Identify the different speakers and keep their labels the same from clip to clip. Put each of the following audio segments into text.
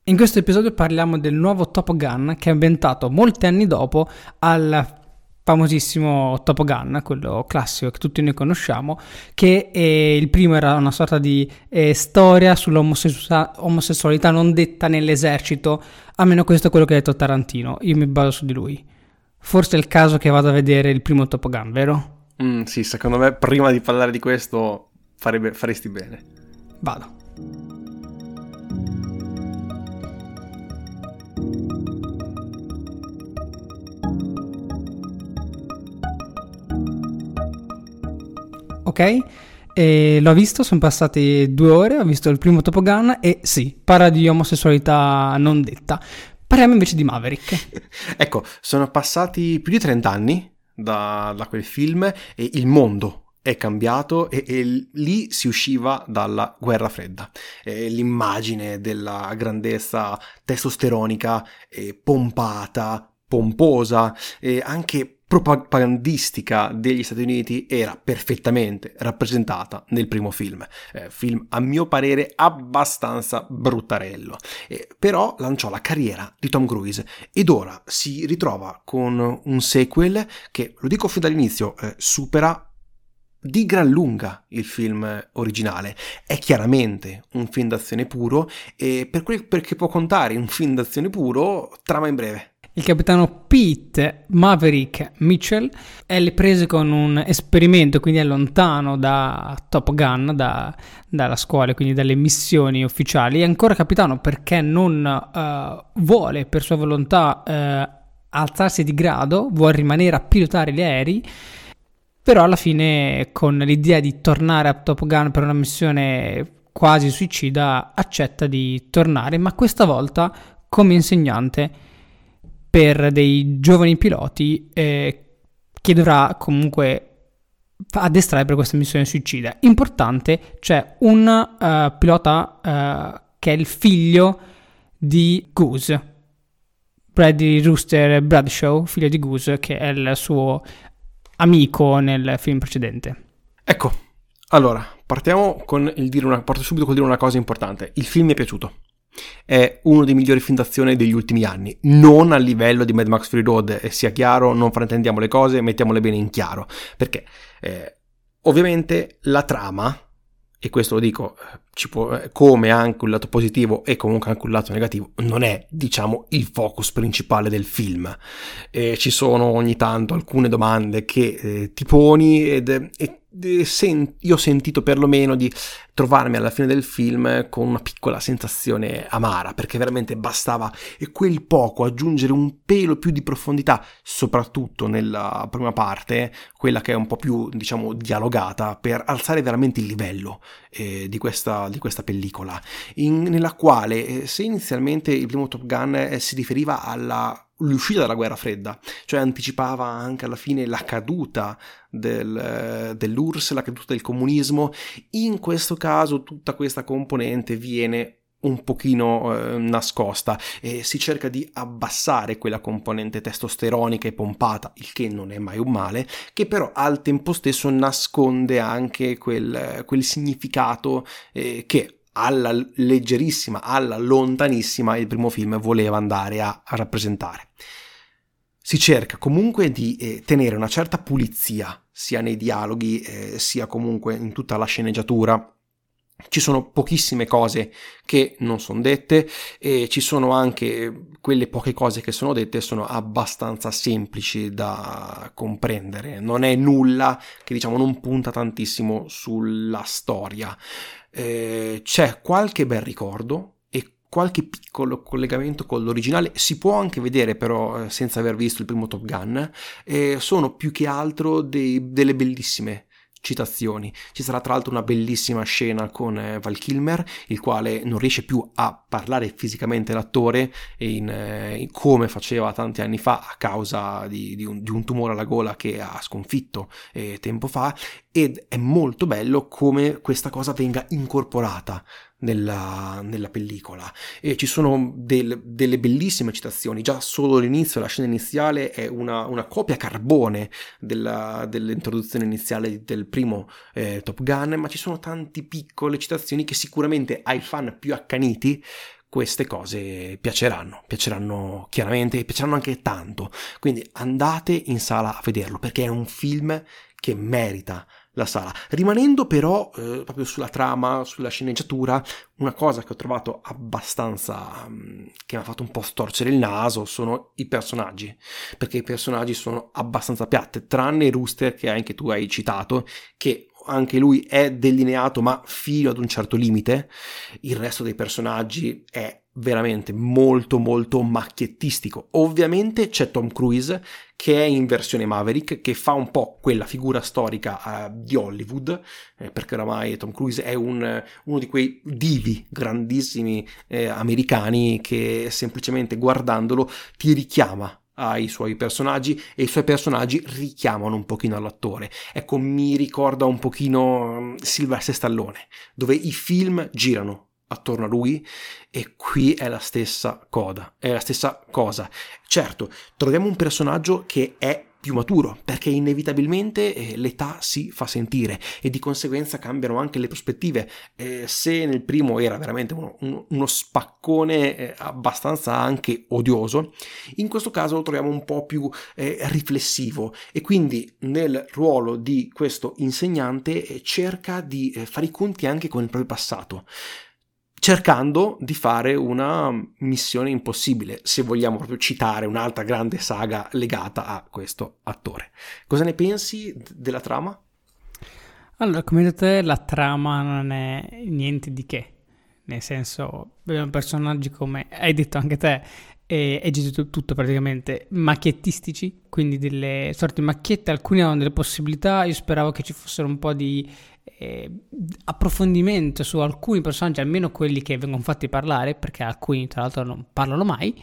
Speaker 1: In questo episodio parliamo del nuovo Top Gun che è ambientato molti anni dopo al famosissimo Top Gun, quello classico che tutti noi conosciamo, che il primo era una sorta di storia sull'omosessualità non detta nell'esercito, almeno questo è quello che ha detto Tarantino, io mi baso su di lui. Forse è il caso che vado a vedere il primo Top Gun, vero?
Speaker 2: Sì, secondo me prima di parlare di questo faresti bene.
Speaker 1: Vado. Ok, l'ho visto, sono passate 2 ore, ho visto il primo Top Gun e sì, parla di omosessualità non detta. Parliamo invece di Maverick.
Speaker 2: Ecco, sono passati più di 30 anni da quel film e il mondo è cambiato e lì si usciva dalla guerra fredda. L'immagine della grandezza testosteronica, pompata, pomposa e anche propagandistica degli Stati Uniti era perfettamente rappresentata nel primo film. Film a mio parere abbastanza bruttarello, però lanciò la carriera di Tom Cruise ed ora si ritrova con un sequel che, lo dico fin dall'inizio, supera di gran lunga il film originale. È chiaramente un film d'azione puro e perché può contare un film d'azione puro, trama in breve.
Speaker 1: Il capitano Pete Maverick Mitchell è alle prese con un esperimento, quindi è lontano da Top Gun, dalla scuola, quindi dalle missioni ufficiali. È ancora capitano perché non vuole per sua volontà alzarsi di grado, vuole rimanere a pilotare gli aerei, però alla fine con l'idea di tornare a Top Gun per una missione quasi suicida accetta di tornare, ma questa volta come insegnante per dei giovani piloti che dovrà comunque addestrare per questa missione suicida. Importante, c'è un pilota che è il figlio di Goose, Bradley Rooster Bradshaw, figlio di Goose, che è il suo amico nel film precedente.
Speaker 2: Ecco, allora, parto subito col dire una cosa importante. Il film mi è piaciuto. È uno dei migliori film d'azione degli ultimi anni, non a livello di Mad Max Fury Road, e sia chiaro, non fraintendiamo le cose, mettiamole bene in chiaro, perché ovviamente la trama, e questo lo dico, come anche un lato positivo e comunque anche un lato negativo, non è, diciamo, il focus principale del film. Ci sono ogni tanto alcune domande che ti poni io ho sentito perlomeno di trovarmi alla fine del film con una piccola sensazione amara, perché veramente bastava quel poco aggiungere un pelo più di profondità, soprattutto nella prima parte, quella che è un po' più, diciamo, dialogata, per alzare veramente il livello di questa pellicola, nella quale se inizialmente il primo Top Gun si riferiva all'uscita dalla guerra fredda, cioè anticipava anche alla fine la caduta dell'URSS, la caduta del comunismo, in questo caso tutta questa componente viene un pochino nascosta e si cerca di abbassare quella componente testosteronica e pompata, il che non è mai un male, che però al tempo stesso nasconde anche quel significato che alla leggerissima, alla lontanissima il primo film voleva andare a rappresentare. Si cerca comunque di tenere una certa pulizia sia nei dialoghi sia comunque in tutta la sceneggiatura. Ci sono pochissime cose che non sono dette e ci sono anche quelle poche cose che sono dette sono abbastanza semplici da comprendere. Non è nulla che, diciamo, non punta tantissimo sulla storia. C'è qualche bel ricordo e qualche piccolo collegamento con l'originale si può anche vedere, però senza aver visto il primo Top Gun. Sono più che altro delle bellissime citazioni. Ci sarà tra l'altro una bellissima scena con Val Kilmer, il quale non riesce più a parlare fisicamente l'attore in come faceva tanti anni fa a causa di un tumore alla gola che ha sconfitto tempo fa, ed è molto bello come questa cosa venga incorporata nella pellicola, e ci sono delle bellissime citazioni. Già solo l'inizio, la scena iniziale è una copia carbone dell'introduzione iniziale del primo Top Gun, ma ci sono tante piccole citazioni che sicuramente ai fan più accaniti queste cose piaceranno chiaramente e piaceranno anche tanto. Quindi andate in sala a vederlo, perché è un film che merita la sala. Rimanendo però proprio sulla trama, sulla sceneggiatura, una cosa che ho trovato abbastanza che mi ha fatto un po' storcere il naso sono i personaggi, perché i personaggi sono abbastanza piatte, tranne Rooster, che anche tu hai citato, che anche lui è delineato ma fino ad un certo limite. Il resto dei personaggi è veramente molto molto macchiettistico. Ovviamente c'è Tom Cruise, che è in versione Maverick, che fa un po' quella figura storica di Hollywood, perché oramai Tom Cruise è uno di quei divi grandissimi americani che semplicemente guardandolo ti richiama ai suoi personaggi e i suoi personaggi richiamano un pochino all'attore. Ecco, mi ricorda un pochino Sylvester Stallone, dove i film girano attorno a lui, e qui è la stessa cosa. Certo, troviamo un personaggio che è più maturo, perché inevitabilmente l'età si fa sentire e di conseguenza cambiano anche le prospettive. Se nel primo era veramente uno spaccone abbastanza anche odioso, in questo caso lo troviamo un po' più riflessivo, e quindi nel ruolo di questo insegnante cerca di fare i conti anche con il proprio passato, cercando di fare una missione impossibile, se vogliamo proprio citare un'altra grande saga legata a questo attore. Cosa ne pensi della trama?
Speaker 1: Allora, come hai detto te, la trama non è niente di che, nel senso, abbiamo personaggi, come hai detto anche te, e è tutto praticamente macchiettistici, quindi delle sorte di macchiette. Alcuni hanno delle possibilità, io speravo che ci fossero un po' di approfondimento su alcuni personaggi, almeno quelli che vengono fatti parlare, perché alcuni tra l'altro non parlano mai,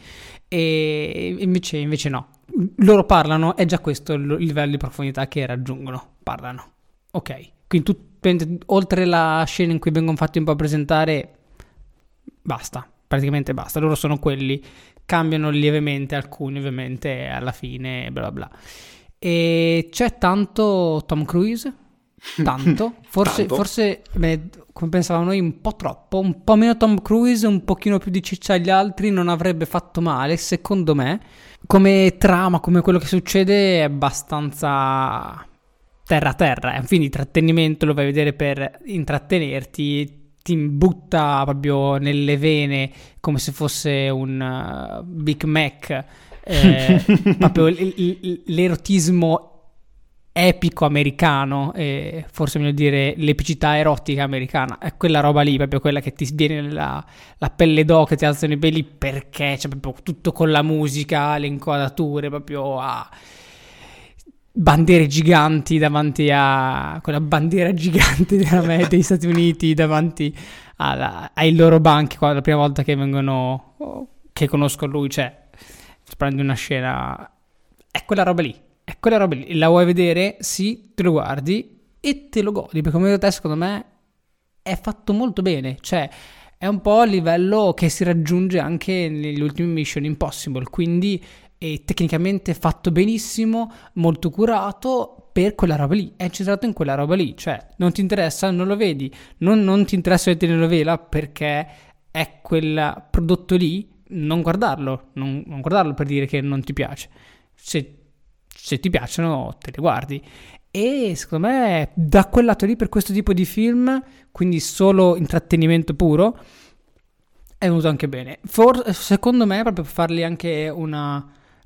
Speaker 1: e invece no, loro parlano, è già questo il livello di profondità che raggiungono, parlano, ok, quindi oltre la scena in cui vengono fatti un po' presentare, praticamente basta, loro sono quelli, cambiano lievemente alcuni ovviamente alla fine, bla bla bla. E c'è tanto Tom Cruise, forse come pensavamo noi un po' troppo, un po' meno Tom Cruise, un pochino più di ciccia agli altri non avrebbe fatto male, secondo me. Come trama, come quello che succede, è abbastanza terra, è un film di intrattenimento, lo vai a vedere per intrattenerti, ti butta proprio nelle vene come se fosse un Big Mac, proprio l'erotismo epico americano, e forse meglio dire l'epicità erotica americana, è quella roba lì, proprio quella che ti viene la pelle d'oca, ti alzano i peli, perché c'è proprio tutto con la musica, le inquadrature, proprio a bandiere giganti davanti a quella bandiera gigante degli Stati Uniti davanti ai loro banchi, la prima volta che conosco lui, cioè prendi una scena, è quella roba lì, la vuoi vedere? Sì, te lo guardi e te lo godi, perché come detto te, secondo me è fatto molto bene, cioè è un po' il livello che si raggiunge anche negli ultimi Mission Impossible, quindi è tecnicamente fatto benissimo, molto curato per quella roba lì, è centrato in quella roba lì, cioè non ti interessa, non lo vedi, non ti interessa vedere la novela perché è quel prodotto lì, non guardarlo per dire che non ti piace, se ti piacciono te le guardi. E secondo me da quel lato lì, per questo tipo di film, quindi solo intrattenimento puro, è venuto anche bene. Secondo me, proprio per farli anche non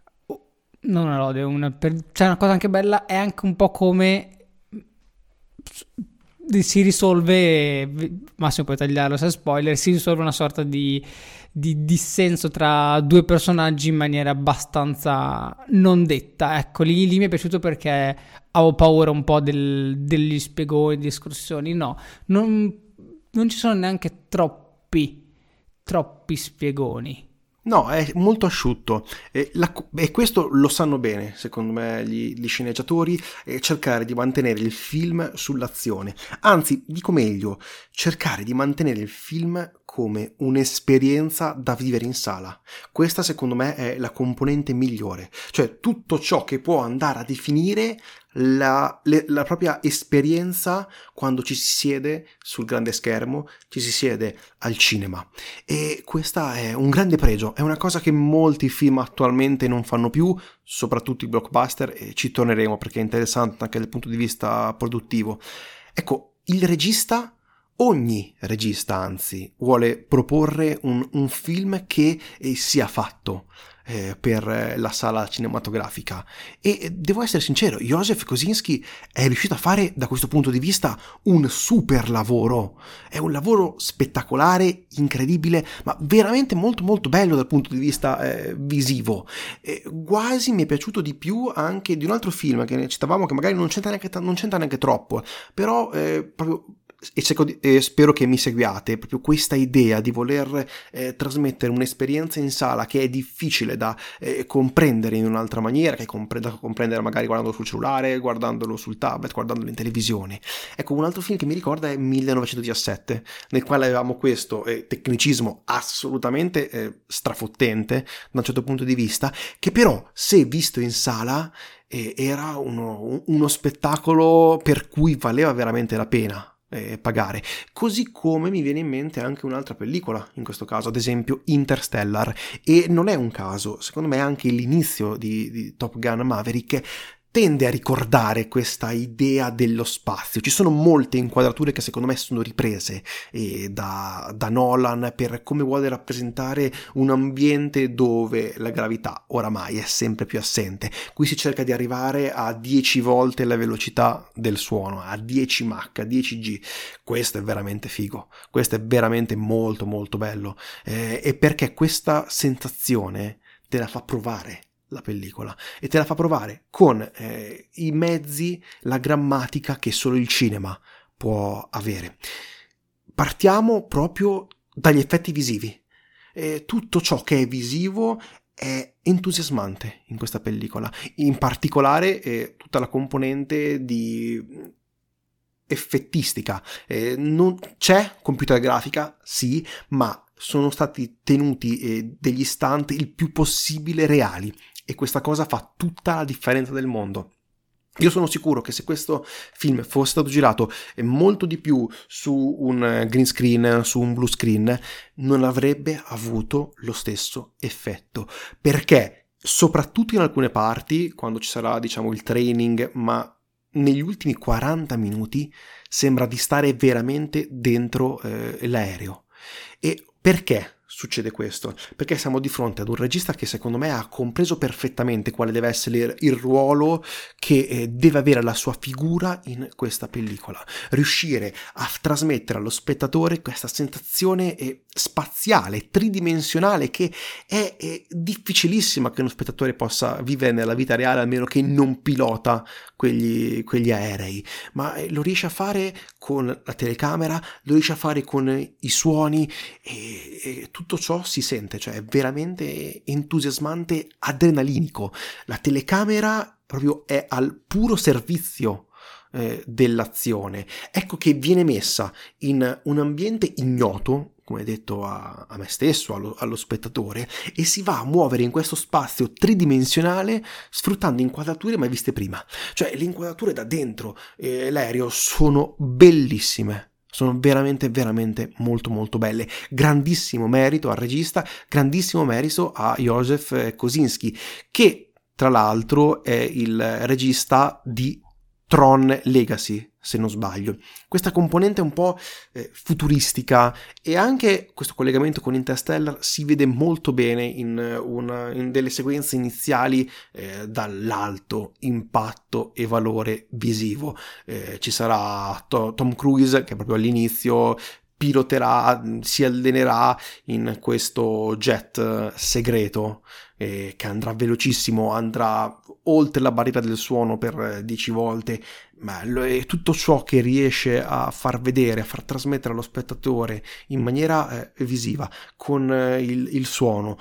Speaker 1: una lode, cioè una cosa anche bella, è anche un po' come si risolve, Massimo puoi tagliarlo se è spoiler, si risolve una sorta di dissenso tra due personaggi in maniera abbastanza non detta. Ecco, lì mi è piaciuto perché avevo paura un po' degli spiegoni, di escursioni. No, non ci sono neanche troppi spiegoni.
Speaker 2: No, è molto asciutto e questo lo sanno bene, secondo me, gli sceneggiatori, cercare di mantenere il film sull'azione. Anzi, dico meglio, cercare di mantenere il film come un'esperienza da vivere in sala. Questa, secondo me, è la componente migliore. Cioè, tutto ciò che può andare a definire la propria esperienza quando ci si siede sul grande schermo, ci si siede al cinema. E questa è un grande pregio, è una cosa che molti film attualmente non fanno più, soprattutto i blockbuster, e ci torneremo perché è interessante anche dal punto di vista produttivo. Ecco, ogni regista anzi, vuole proporre un film che sia fatto per la sala cinematografica, e devo essere sincero, Józef Kosinski è riuscito a fare da questo punto di vista un super lavoro. È un lavoro spettacolare, incredibile, ma veramente molto molto bello dal punto di vista visivo. Quasi mi è piaciuto di più anche di un altro film che ne citavamo, che magari non c'entra neanche troppo, però proprio, e spero che mi seguiate, proprio questa idea di voler trasmettere un'esperienza in sala che è difficile da comprendere in un'altra maniera, che da comprendere magari guardandolo sul cellulare, guardandolo sul tablet, guardandolo in televisione. Ecco, un altro film che mi ricorda è 1917, nel quale avevamo questo tecnicismo assolutamente strafottente da un certo punto di vista, che però, se visto in sala, era uno spettacolo per cui valeva veramente la pena pagare. Così come mi viene in mente anche un'altra pellicola, in questo caso ad esempio Interstellar, e non è un caso, secondo me anche l'inizio di Top Gun Maverick tende a ricordare questa idea dello spazio. Ci sono molte inquadrature che secondo me sono riprese da Nolan per come vuole rappresentare un ambiente dove la gravità oramai è sempre più assente. Qui si cerca di arrivare a 10 volte la velocità del suono, a 10 Mach, a 10 G. Questo è veramente figo, questo è veramente molto molto bello, e perché questa sensazione te la fa provare la pellicola, e te la fa provare con i mezzi, la grammatica che solo il cinema può avere. Partiamo proprio dagli effetti visivi. Tutto ciò che è visivo è entusiasmante in questa pellicola, in particolare tutta la componente di effettistica. Non c'è computer grafica, sì, ma sono stati tenuti degli stunt il più possibile reali, e questa cosa fa tutta la differenza del mondo. Io sono sicuro che se questo film fosse stato girato molto di più su un green screen, su un blue screen, non avrebbe avuto lo stesso effetto, perché soprattutto in alcune parti, quando ci sarà, diciamo, il training, ma negli ultimi 40 minuti sembra di stare veramente dentro l'aereo. E perché succede questo? Perché siamo di fronte ad un regista che secondo me ha compreso perfettamente quale deve essere il ruolo che deve avere la sua figura in questa pellicola. Riuscire a trasmettere allo spettatore questa sensazione spaziale, tridimensionale, che è difficilissima che uno spettatore possa vivere nella vita reale, a meno che non pilota quegli aerei, ma lo riesce a fare con la telecamera, lo riesce a fare con i suoni, e tutto ciò si sente, cioè è veramente entusiasmante, adrenalinico. La telecamera proprio è al puro servizio dell'azione. Ecco che viene messa in un ambiente ignoto, come detto a me stesso, allo spettatore, e si va a muovere in questo spazio tridimensionale sfruttando inquadrature mai viste prima. Cioè le inquadrature da dentro l'aereo sono bellissime. Sono veramente, veramente molto, molto belle. Grandissimo merito al regista, grandissimo merito a Józef Kosinski, che tra l'altro è il regista di Tron Legacy, se non sbaglio. Questa componente un po' futuristica, e anche questo collegamento con Interstellar si vede molto bene in delle sequenze iniziali dall'alto impatto e valore visivo. Ci sarà Tom Cruise che proprio all'inizio piloterà, si allenerà in questo jet segreto che andrà velocissimo, andrà oltre la barriera del suono per 10 volte, ma è tutto ciò che riesce a far vedere, a far trasmettere allo spettatore in maniera visiva con il suono.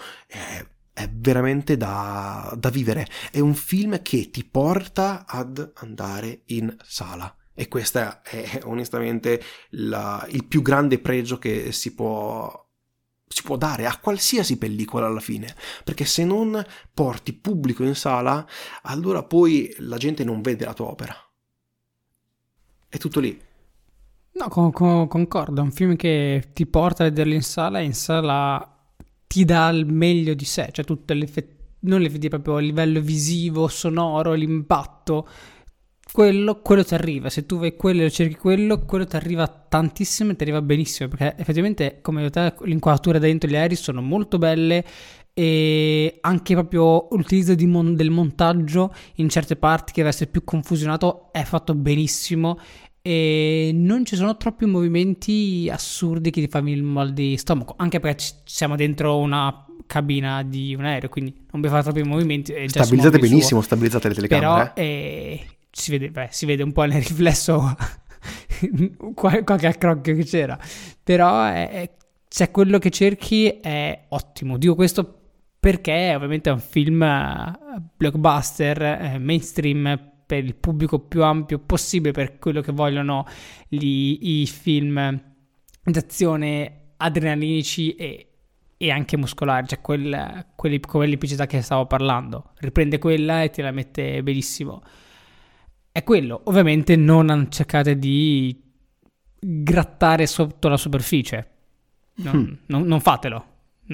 Speaker 2: È veramente da vivere. È un film che ti porta ad andare in sala. E questo è onestamente il più grande pregio che si può si può dare a qualsiasi pellicola alla fine, perché se non porti pubblico in sala, allora poi la gente non vede la tua opera. È tutto lì.
Speaker 1: No, concordo, è un film che ti porta a vederlo in sala ti dà il meglio di sé, cioè tutto non l'effettivo proprio a livello visivo, sonoro, l'impatto, quello ti arriva, se tu vai quello e cerchi quello ti arriva tantissimo e ti arriva benissimo, perché effettivamente, come ho detto, le inquadrature dentro gli aerei sono molto belle e anche proprio l'utilizzo del montaggio in certe parti che deve essere più confusionato è fatto benissimo e non ci sono troppi movimenti assurdi che ti fanno il mal di stomaco, anche perché siamo dentro una cabina di un aereo, quindi non bisogna fare troppi movimenti.
Speaker 2: Stabilizzate benissimo, stabilizzate le telecamere.
Speaker 1: Però si vede un po' nel riflesso qualche accrocchio che c'era, però se quello che cerchi è ottimo. Dico questo perché ovviamente è un film blockbuster, mainstream, per il pubblico più ampio possibile, per quello che vogliono i film d'azione adrenalinici e anche muscolari, cioè quell'epicità che stavo parlando. Riprende quella e te la mette benissimo. È quello. Ovviamente non cercate di grattare sotto la superficie. Non fatelo.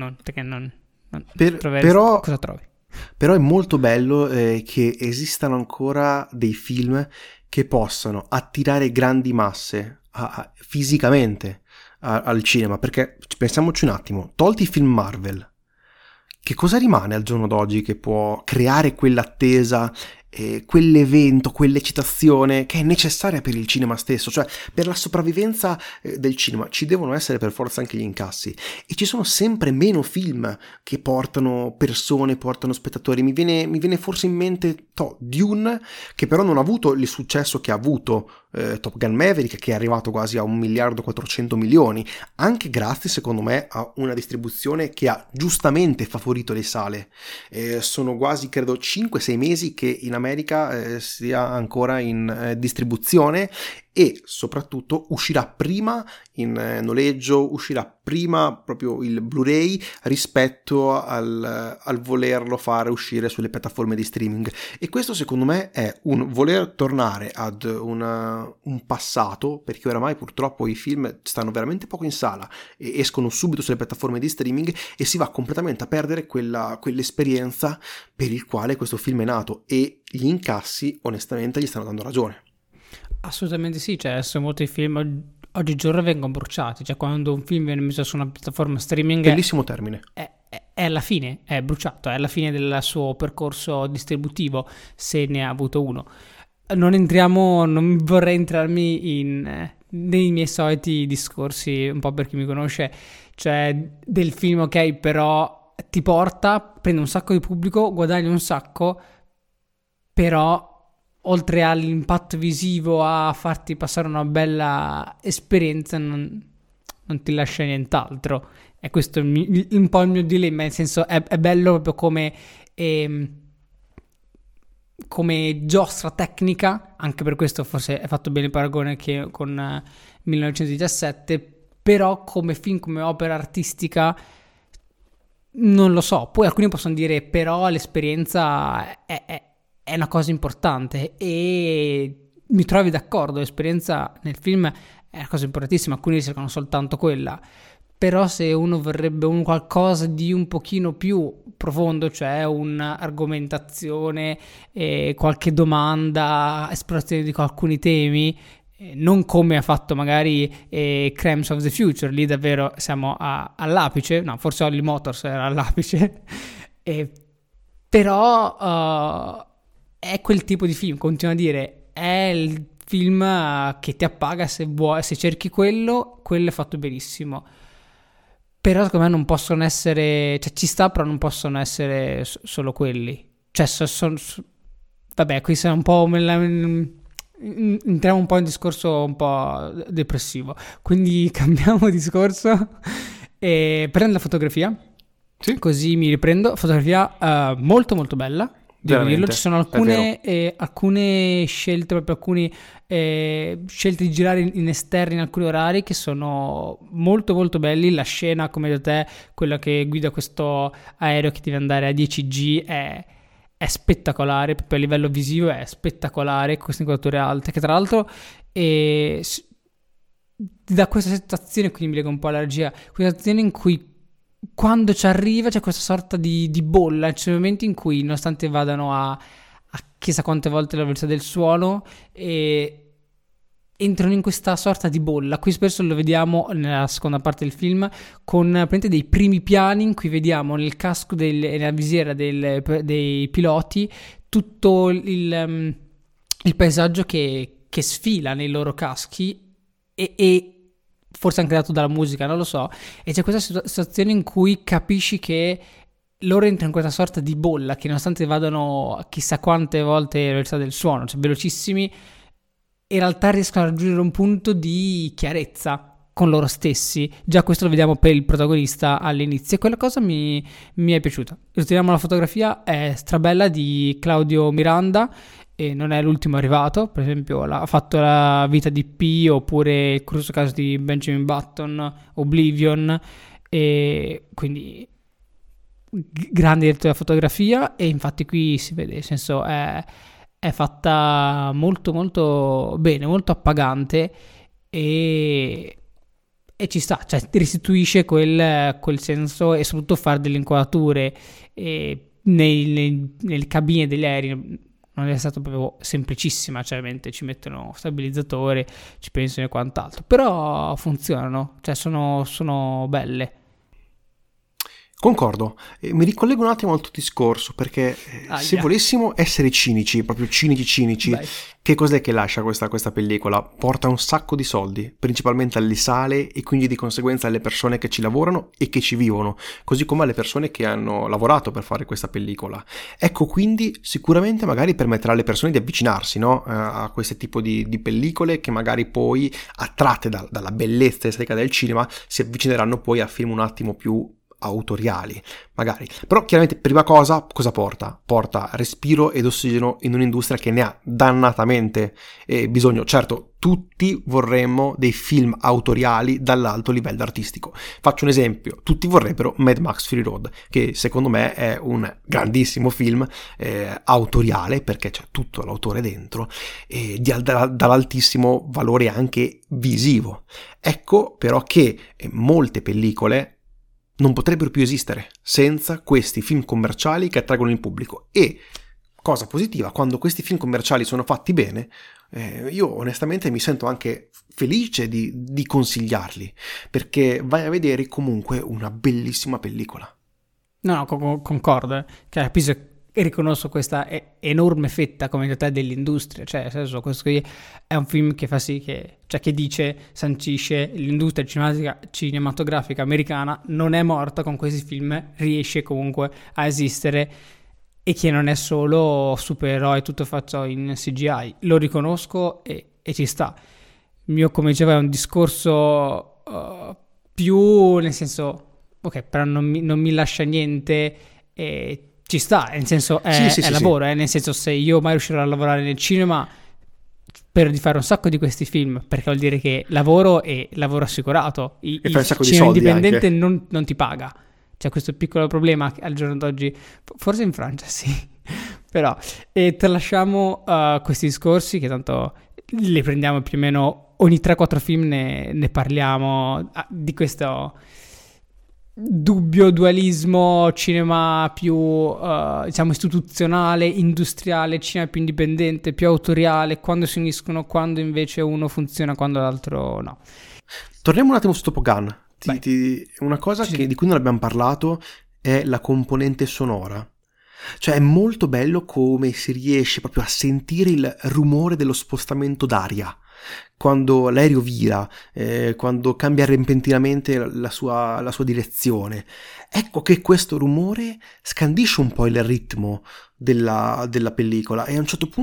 Speaker 2: Però
Speaker 1: cosa trovi?
Speaker 2: Però è molto bello che esistano ancora dei film che possano attirare grandi masse fisicamente al cinema, perché pensiamoci un attimo, tolti i film Marvel, che cosa rimane al giorno d'oggi che può creare quell'attesa, quell'evento, quell'eccitazione che è necessaria per il cinema stesso, cioè per la sopravvivenza del cinema ci devono essere per forza anche gli incassi, e ci sono sempre meno film che portano persone, portano spettatori. Mi viene forse in mente Dune, che però non ha avuto il successo che ha avuto Top Gun Maverick, che è arrivato quasi a 1.400.000.000, anche grazie secondo me a una distribuzione che ha giustamente favorito le sale. Sono quasi credo 5-6 mesi che in America sia ancora in distribuzione, e soprattutto uscirà prima in noleggio, uscirà prima proprio il Blu-ray rispetto al volerlo fare uscire sulle piattaforme di streaming. E questo secondo me è un voler tornare ad un passato, perché oramai purtroppo i film stanno veramente poco in sala e escono subito sulle piattaforme di streaming, e si va completamente a perdere quell'esperienza per il quale questo film è nato, e gli incassi onestamente gli stanno dando ragione.
Speaker 1: Assolutamente sì, cioè adesso molti film oggigiorno vengono bruciati, cioè quando un film viene messo su una piattaforma streaming
Speaker 2: bellissimo termine,
Speaker 1: è alla fine, è bruciato, è alla fine del suo percorso distributivo, se ne ha avuto uno. Non vorrei entrarmi nei miei soliti discorsi, un po' per chi mi conosce, cioè del film ok, però ti prende un sacco di pubblico, guadagni un sacco, però oltre all'impatto visivo, a farti passare una bella esperienza, non ti lascia nient'altro. E questo è un po' il mio dilemma, nel senso è bello proprio come giostra tecnica, anche per questo forse è fatto bene il paragone che con 1917, però come film, come opera artistica non lo so. Poi alcuni possono dire però l'esperienza è una cosa importante, e mi trovi d'accordo, l'esperienza nel film è una cosa importantissima, alcuni cercano soltanto quella, però se uno vorrebbe qualcosa di un pochino più profondo, cioè un'argomentazione, qualche domanda, esplorazione di alcuni temi, non come ha fatto magari Crimes of the Future, lì davvero siamo all'apice, no, forse Holly Motors era all'apice, però è quel tipo di film, continuo a dire, è il film che ti appaga se cerchi quello è fatto benissimo. Però secondo me non possono essere, cioè ci sta, però non possono essere solo quelli. Cioè vabbè, qui siamo un po' entriamo un po' in discorso un po' depressivo, quindi cambiamo discorso e prendo la fotografia.
Speaker 2: Sì.
Speaker 1: Così mi riprendo. Fotografia molto molto bella. devo dirlo.
Speaker 2: veramente,
Speaker 1: Ci sono alcune scelte, proprio alcune scelte di girare in esterni in alcuni orari che sono molto molto belli. La scena, come da te, quella che guida questo aereo che deve andare a 10G è spettacolare, proprio a livello visivo è spettacolare, con queste inquadrature alte, che tra l'altro ti dà questa sensazione, quindi mi lega un po' alla regia, questa sensazione in cui quando ci arriva c'è questa sorta di bolla, c'è momenti in cui, nonostante vadano a chissà quante volte la velocità del suono, entrano in questa sorta di bolla. Qui spesso lo vediamo nella seconda parte del film con praticamente dei primi piani in cui vediamo nel casco e nella visiera dei piloti tutto il paesaggio che sfila nei loro caschi e forse anche dato dalla musica, non lo so, e c'è questa situazione in cui capisci che loro entrano in questa sorta di bolla che, nonostante vadano chissà quante volte la velocità del suono, cioè velocissimi, in realtà riescono a raggiungere un punto di chiarezza con loro stessi. Già questo lo vediamo per il protagonista all'inizio e quella cosa mi è piaciuta. Ritiriamo la fotografia, è strabella, di Claudio Miranda, e non è l'ultimo arrivato. Per esempio ha fatto La vita di Pi, oppure Il curioso caso di Benjamin Button, Oblivion, e quindi grande direttore della fotografia. E infatti qui si vede, nel senso è fatta molto molto bene, molto appagante, e ci sta, cioè ti restituisce quel senso, e soprattutto fare delle inquadrature nelle cabine degli aerei non è stato proprio semplicissima, cioè ovviamente ci mettono stabilizzatore, ci pensano e quant'altro, però funzionano, cioè sono belle.
Speaker 2: Concordo, mi ricollego un attimo al tuo discorso, perché se volessimo essere cinici, proprio cinici,
Speaker 1: Beh,
Speaker 2: che cos'è che lascia questa pellicola? Porta un sacco di soldi, principalmente alle sale e quindi di conseguenza alle persone che ci lavorano e che ci vivono, così come alle persone che hanno lavorato per fare questa pellicola. Ecco, quindi sicuramente magari permetterà alle persone di avvicinarsi, no? A questo tipo di pellicole, che magari poi, attratte dalla bellezza estetica del cinema, si avvicineranno poi a film un attimo più autoriali, magari. Però chiaramente, prima cosa porta? Porta respiro ed ossigeno in un'industria che ne ha dannatamente bisogno. Certo, tutti vorremmo dei film autoriali dall'alto livello artistico. Faccio un esempio: tutti vorrebbero Mad Max Fury Road, che secondo me è un grandissimo film autoriale, perché c'è tutto l'autore dentro, e dall'altissimo valore anche visivo. Ecco però che molte pellicole non potrebbero più esistere senza questi film commerciali che attraggono il pubblico. E, cosa positiva, quando questi film commerciali sono fatti bene, io onestamente mi sento anche felice di consigliarli, perché vai a vedere comunque una bellissima pellicola.
Speaker 1: No, concordo, che capisco e riconosco questa enorme fetta, come te, dell'industria. Cioè, nel senso, questo qui è un film che fa sì che, cioè, che sancisce l'industria cinematografica americana non è morta con questi film, riesce comunque a esistere, e che non è solo supereroi tutto fatto in CGI. Lo riconosco e ci sta. Il mio, come dicevo, è un discorso più, nel senso, ok, però non mi lascia niente, e ci sta, nel senso è lavoro, nel senso, se io mai riuscirò a lavorare nel cinema, spero di fare un sacco di questi film, perché vuol dire che lavoro, e lavoro assicurato. Il cinema indipendente non ti paga. C'è questo piccolo problema che al giorno d'oggi, forse in Francia sì, però, e tralasciamo questi discorsi, che tanto li prendiamo più o meno ogni 3-4 film, ne parliamo di questo dubbio dualismo, cinema più diciamo istituzionale, industriale, cinema più indipendente, più autoriale, quando si uniscono, quando invece uno funziona, quando l'altro no.
Speaker 2: Torniamo un attimo su Top Gun. Una cosa di cui non abbiamo parlato è la componente sonora. Cioè, è molto bello come si riesce proprio a sentire il rumore dello spostamento d'aria quando l'aereo vira, quando cambia repentinamente la sua direzione. Ecco che questo rumore scandisce un po' il ritmo della pellicola, e a un certo punto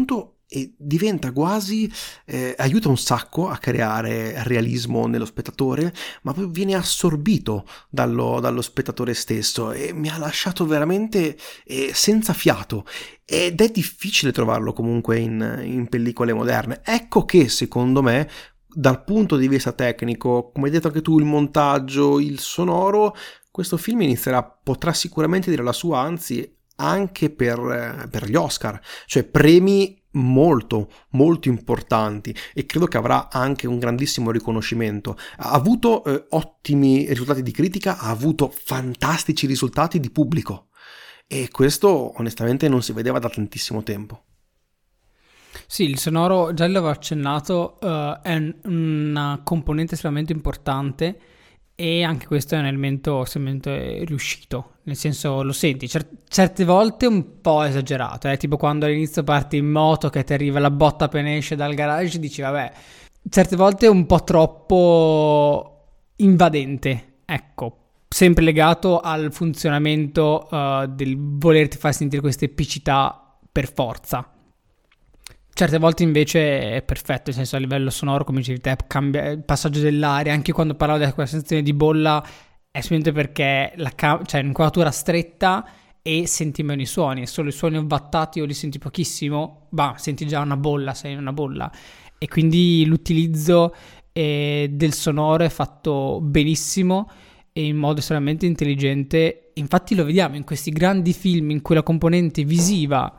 Speaker 2: e diventa quasi, aiuta un sacco a creare realismo nello spettatore, ma poi viene assorbito dallo spettatore stesso e mi ha lasciato veramente senza fiato, ed è difficile trovarlo comunque in pellicole moderne. Ecco che secondo me, dal punto di vista tecnico, come hai detto anche tu, il montaggio, il sonoro, questo film potrà sicuramente dire la sua, anzi anche per gli Oscar, cioè premi molto molto importanti, e credo che avrà anche un grandissimo riconoscimento. Ha avuto ottimi risultati di critica, ha avuto fantastici risultati di pubblico, e questo onestamente non si vedeva da tantissimo tempo.
Speaker 1: Sì, il sonoro, già l'avevo accennato, è una componente estremamente importante, e anche questo è un elemento estremamente riuscito, nel senso lo senti certe volte un po' esagerato, tipo quando all'inizio parti in moto che ti arriva la botta appena esce dal garage, dici vabbè, certe volte un po' troppo invadente, ecco, sempre legato al funzionamento del volerti far sentire questa epicità per forza. Certe volte invece è perfetto, nel senso a livello sonoro, come dicevi te, cambia il passaggio dell'aria. Anche quando parlavo di quella sensazione di bolla è semplicemente perché c'è un'inquadratura stretta e senti meno i suoni. Solo i suoni ovattati o li senti pochissimo, senti già una bolla, sei in una bolla. E quindi l'utilizzo del sonoro è fatto benissimo e in modo estremamente intelligente. Infatti lo vediamo in questi grandi film in cui la componente visiva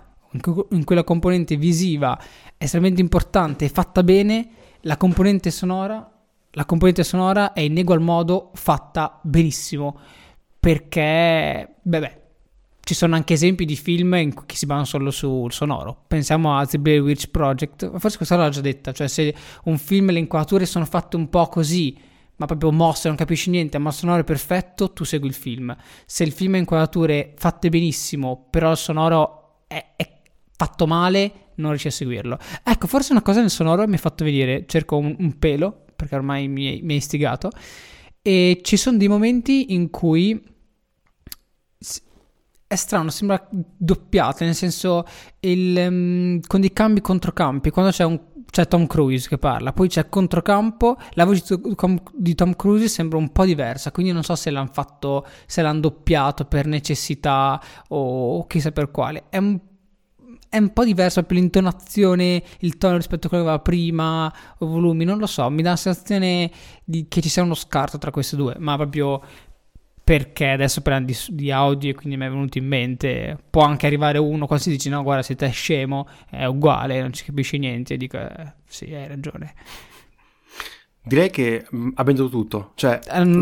Speaker 1: è estremamente importante e fatta bene. La componente sonora è in egual modo fatta benissimo, perché ci sono anche esempi di film che si basano solo sul sonoro. Pensiamo a The Blair Witch Project, forse questa l'ho già detta, cioè se un film le inquadrature sono fatte un po' così, ma proprio mosse, non capisci niente, ma il sonoro è perfetto, tu segui il film. Se il film ha inquadrature fatte benissimo, però il sonoro è fatto male, non riesci a seguirlo. Ecco, forse una cosa nel sonoro mi ha fatto vedere, cerco un pelo, perché ormai mi hai istigato, e ci sono dei momenti in cui è strano, sembra doppiato, nel senso con dei cambi controcampi, quando c'è Tom Cruise che parla, poi c'è controcampo, la voce di Tom Cruise sembra un po' diversa, quindi non so se l'hanno doppiato per necessità o chissà per quale. È un po' diverso per l'intonazione, il tono rispetto a quello che aveva prima, o volumi, non lo so, mi dà la sensazione che ci sia uno scarto tra queste due, ma proprio perché adesso parliamo di audio e quindi mi è venuto in mente. Può anche arrivare uno quando si dice no guarda, siete scemo, è uguale, non ci capisci niente, e dico sì, hai ragione.
Speaker 2: Direi che abbiamo detto tutto, cioè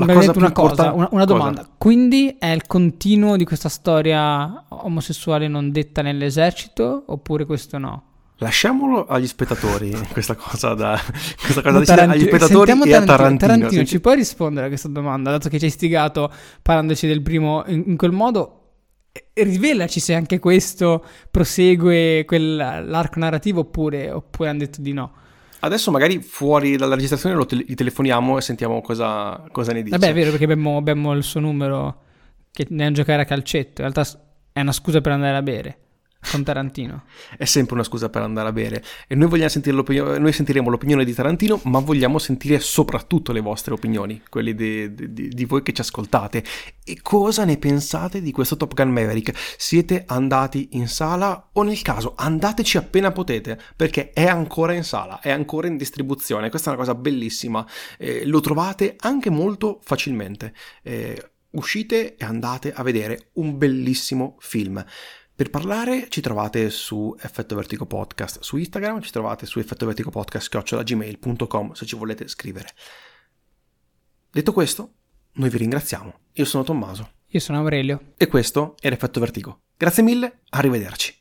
Speaker 1: una domanda. Cosa? Quindi è il continuo di questa storia omosessuale non detta nell'esercito, oppure questo no?
Speaker 2: Lasciamolo agli spettatori questa cosa agli spettatori e a Tarantino.
Speaker 1: Tarantino, ci puoi rispondere a questa domanda, dato che ci hai istigato parlandoci del primo in quel modo? Rivelaci se anche questo prosegue l'arco narrativo oppure hanno detto di no.
Speaker 2: Adesso magari fuori dalla registrazione gli telefoniamo e sentiamo cosa ne dice.
Speaker 1: Vabbè, è vero, perché abbiamo il suo numero, che ne giocare a calcetto. In realtà è una scusa per andare a bere con Tarantino.
Speaker 2: È sempre una scusa per andare a bere. E noi vogliamo sentire noi sentiremo l'opinione di Tarantino, ma vogliamo sentire soprattutto le vostre opinioni, quelle di voi che ci ascoltate. E cosa ne pensate di questo Top Gun Maverick? Siete andati in sala, o nel caso andateci appena potete, perché è ancora in sala, è ancora in distribuzione. Questa è una cosa bellissima, lo trovate anche molto facilmente. Uscite e andate a vedere un bellissimo film. Per parlare ci trovate su Effetto Vertigo Podcast su Instagram, ci trovate su effettovertigopodcast@gmail.com se ci volete scrivere. Detto questo, noi vi ringraziamo. Io sono Tommaso.
Speaker 1: Io sono Aurelio.
Speaker 2: E questo è l'Effetto Vertigo. Grazie mille, arrivederci.